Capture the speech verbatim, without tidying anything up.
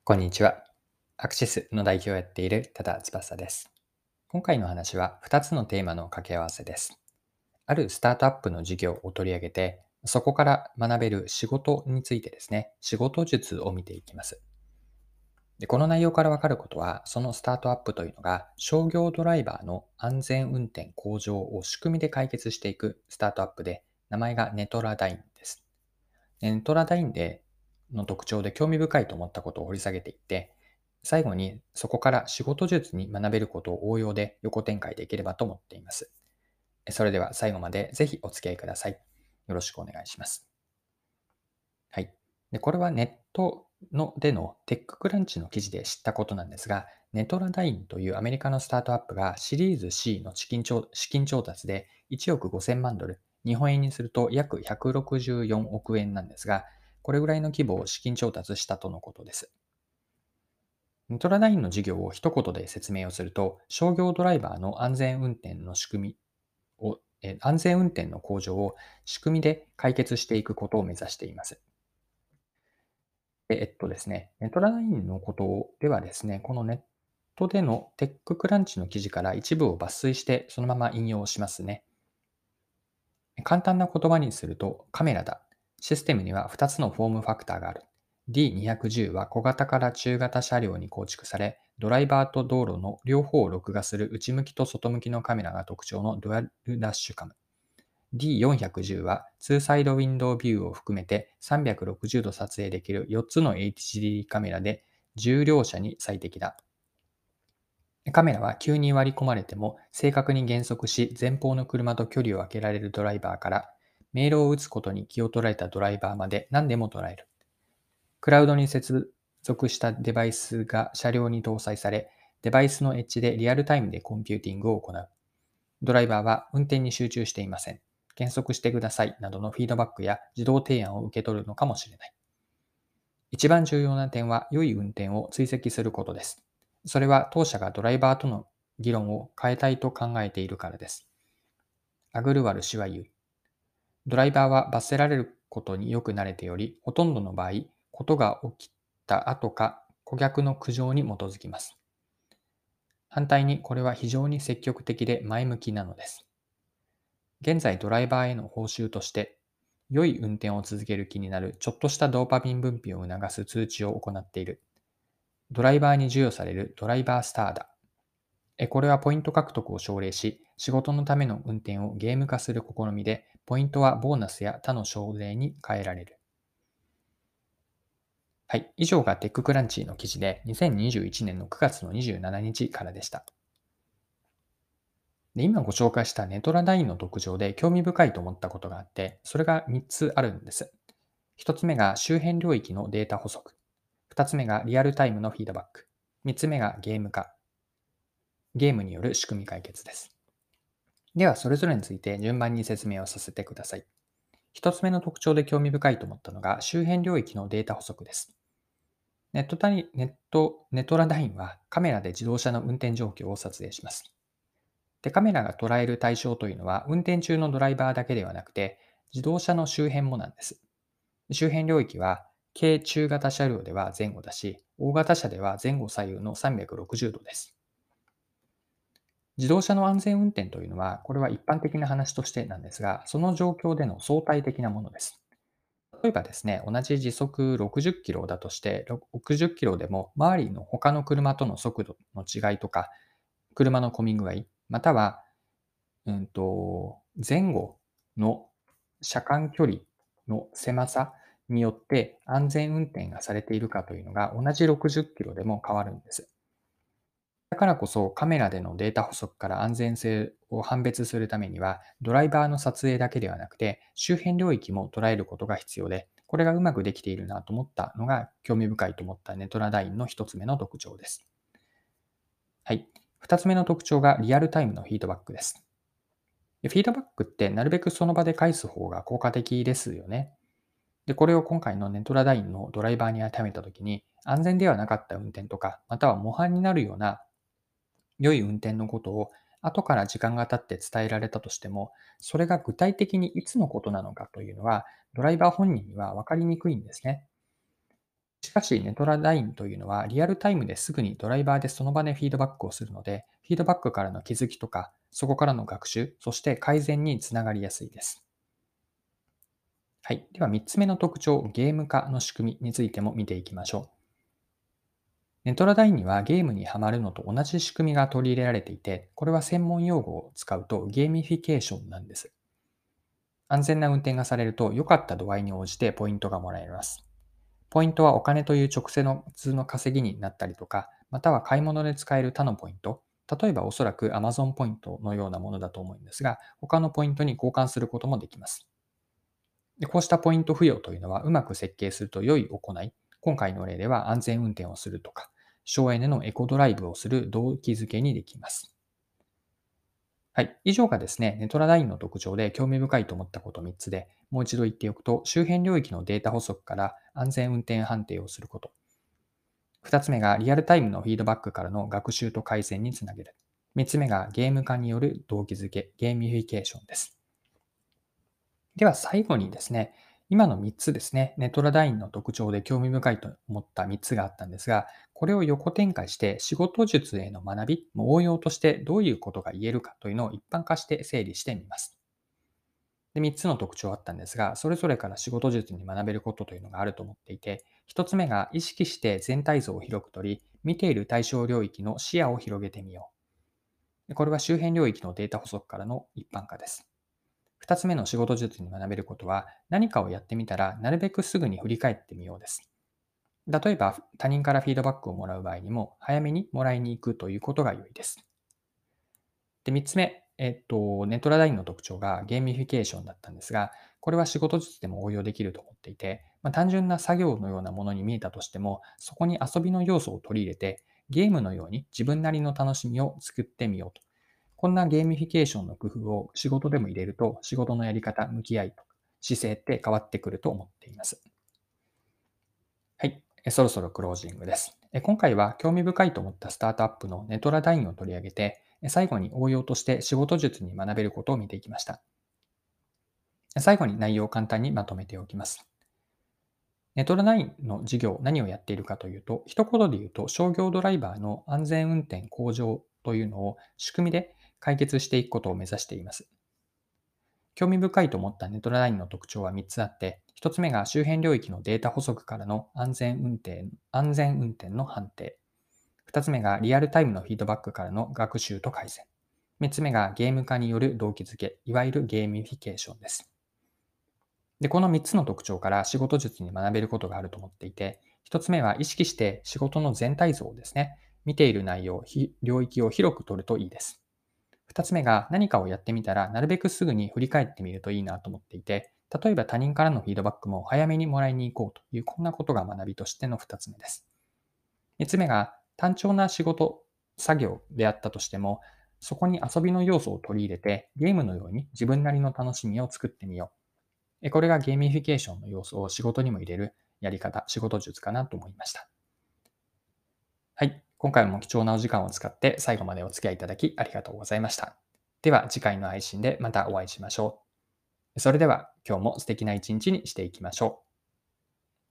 こんにちは。アクシスの代表をやっている多田翼です。今回の話はふたつのテーマの掛け合わせです。あるスタートアップの事業を取り上げて、そこから学べる仕事についてですね、仕事術を見ていきます。でこの内容からわかることは、そのスタートアップというのが商業ドライバーの安全運転向上を仕組みで解決していくスタートアップで、名前がネトラダインです。ネントラダインでの特徴で興味深いと思ったことを掘り下げていって、最後にそこから仕事術に学べることを応用で横展開できればと思っています。それでは最後までぜひお付き合いください。よろしくお願いします。はい。でこれはネットのでのテッククランチの記事で知ったことなんですが、ネトラダインというアメリカのスタートアップがシリーズ C の資金調資金調達でいちおくごせんまんドル、日本円にすると約ひゃくろくじゅうよんおくえんなんですが、これぐらいの規模を資金調達したとのことです。ネトラダインの事業を一言で説明をすると、商業ドライバーの安全運転の仕組みを、え安全運転の向上を仕組みで解決していくことを目指しています。でえっとですね、ネトラダインのことではですね、このネットでのテッククランチの記事から一部を抜粋してそのまま引用しますね。簡単な言葉にするとカメラだ。システムにはふたつのフォームファクターがある。ディーにひゃくじゅう は小型から中型車両に構築され、ドライバーと道路の両方を録画する内向きと外向きのカメラが特徴のドアルダッシュカム。ディーよんひゃくじゅう はツーサイドウィンドウビューを含めてさんびゃくろくじゅうど撮影できるよっつの エイチディー カメラで重量車に最適だ。カメラは急に割り込まれても正確に減速し、前方の車と距離を空けられるドライバーから、メールを打つことに気を取られたドライバーまで何でも捉える。クラウドに接続したデバイスが車両に搭載され、デバイスのエッジでリアルタイムでコンピューティングを行う。ドライバーは運転に集中していません。減速してくださいなどのフィードバックや自動提案を受け取るのかもしれない。一番重要な点は良い運転を追跡することです。それは当社がドライバーとの議論を変えたいと考えているからです。アグルワル氏は言う。ドライバーは罰せられることによく慣れており、ほとんどの場合、ことが起きた後か顧客の苦情に基づきます。反対にこれは非常に積極的で前向きなのです。現在ドライバーへの報酬として、良い運転を続ける気になるちょっとしたドーパミン分泌を促す通知を行っている。ドライバーに授与されるドライバースターだ。これはポイント獲得を奨励し、仕事のための運転をゲーム化する試みで、ポイントはボーナスや他の奨励に変えられる。はい。以上がテッククランチの記事で、にせんにじゅういちねんのくがつのにじゅうしちにちからでした。で今ご紹介したネトラダインの特徴で興味深いと思ったことがあって、それがみっつあるんです。ひとつめが周辺領域のデータ補足。ふたつめがリアルタイムのフィードバック。みっつめがゲーム化。ゲームによる仕組み解決です。では、それぞれについて順番に説明をさせてください。一つ目の特徴で興味深いと思ったのが、周辺領域のデータ補足です。ネットタイネット、ネトラダインはカメラで自動車の運転状況を撮影します。で、カメラが捉える対象というのは、運転中のドライバーだけではなくて、自動車の周辺もなんです。周辺領域は、軽中型車両では前後だし、大型車では前後左右のさんびゃくろくじゅうどです。自動車の安全運転というのは、これは一般的な話としてなんですが、その状況での相対的なものです。例えばですね、同じ時速ろくじゅっキロだとして、ろくじゅっキロでも周りの他の車との速度の違いとか、車の混み具合、または、うんと、前後の車間距離の狭さによって安全運転がされているかというのが同じろくじゅっキロでも変わるんです。だからこそカメラでのデータ補足から安全性を判別するためには、ドライバーの撮影だけではなくて、周辺領域も捉えることが必要で、これがうまくできているなと思ったのが興味深いと思ったネトラダインの一つ目の特徴です。はい。二つ目の特徴がリアルタイムのフィードバックです。でフィードバックってなるべくその場で返す方が効果的ですよね。で、これを今回のネトラダインのドライバーに当てはめたときに、安全ではなかった運転とか、または模範になるような良い運転のことを後から時間が経って伝えられたとしても、それが具体的にいつのことなのかというのは、ドライバー本人には分かりにくいんですね。 しかし、ネトラダインというのはリアルタイムですぐにドライバーでその場でフィードバックをするので、フィードバックからの気づきとか、そこからの学習、そして改善につながりやすいです。はい。ではみっつめの特徴、ゲーム化の仕組みについても見ていきましょう。ネトラダインにはゲームにはまるのと同じ仕組みが取り入れられていて、これは専門用語を使うとゲーミフィケーションなんです。安全な運転がされると良かった度合いに応じてポイントがもらえます。ポイントはお金という直接の普通の稼ぎになったりとか、または買い物で使える他のポイント、例えばおそらく Amazon ポイントのようなものだと思うんですが、他のポイントに交換することもできます。でこうしたポイント付与というのはうまく設計すると良い行い、今回の例では安全運転をするとか、省エネのエコドライブをする動機づけにできます。はい。以上がですね、ネトラダインの特徴で興味深いと思ったことみっつで、もう一度言っておくと、周辺領域のデータ補足から安全運転判定をすること。ふたつめがリアルタイムのフィードバックからの学習と改善につなげる。みっつめがゲーム化による動機づけ、ゲーミフィケーションです。では最後にですね、今のみっつですね、ネトラダインの特徴で興味深いと思ったみっつがあったんですが、これを横展開して仕事術への学び、応用としてどういうことが言えるかというのを一般化して整理してみます。で、みっつの特徴あったんですが、それぞれから仕事術に学べることというのがあると思っていて、ひとつめが意識して全体像を広く取り、見ている対象領域の視野を広げてみよう。でこれは周辺領域のデータ補足からの一般化です。ふたつめの仕事術に学べることは、何かをやってみたら、なるべくすぐに振り返ってみようです。例えば、他人からフィードバックをもらう場合にも、早めにもらいに行くということが良いです。で、みっつめ、えっと、ネトラダインの特徴がゲーミフィケーションだったんですが、これは仕事術でも応用できると思っていて、まあ、単純な作業のようなものに見えたとしても、そこに遊びの要素を取り入れて、ゲームのように自分なりの楽しみを作ってみようと。こんなゲーミフィケーションの工夫を仕事でも入れると、仕事のやり方、向き合いとか、姿勢って変わってくると思っています。はい。えそろそろクロージングです。え今回は興味深いと思ったスタートアップのネトラダインを取り上げて、え最後に応用として仕事術に学べることを見ていきました。え最後に内容を簡単にまとめておきます。ネトラダインの事業、何をやっているかというと、一言で言うと、商業ドライバーの安全運転向上というのを仕組みで解決していくことを目指しています。興味深いと思ったネトラダインの特徴はみっつあって、ひとつめが周辺領域のデータ補足からの安全運転安全運転の判定。ふたつめがリアルタイムのフィードバックからの学習と改善。みっつめがゲーム化による動機づけ、いわゆるゲーミフィケーションです。で、このみっつの特徴から仕事術に学べることがあると思っていて、ひとつめは意識して仕事の全体像をですね、見ている内容、領域を広く取るといいです。二つ目が何かをやってみたらなるべくすぐに振り返ってみるといいなと思っていて、例えば他人からのフィードバックも早めにもらいに行こうというこんなことが学びとしての二つ目です。三つ目が単調な仕事、作業であったとしても、そこに遊びの要素を取り入れてゲームのように自分なりの楽しみを作ってみよう。これがゲーミフィケーションの要素を仕事にも入れるやり方、仕事術かなと思いました。はい。今回も貴重なお時間を使って最後までお付き合いいただきありがとうございました。では次回の配信でまたお会いしましょう。それでは今日も素敵な一日にしていきましょう。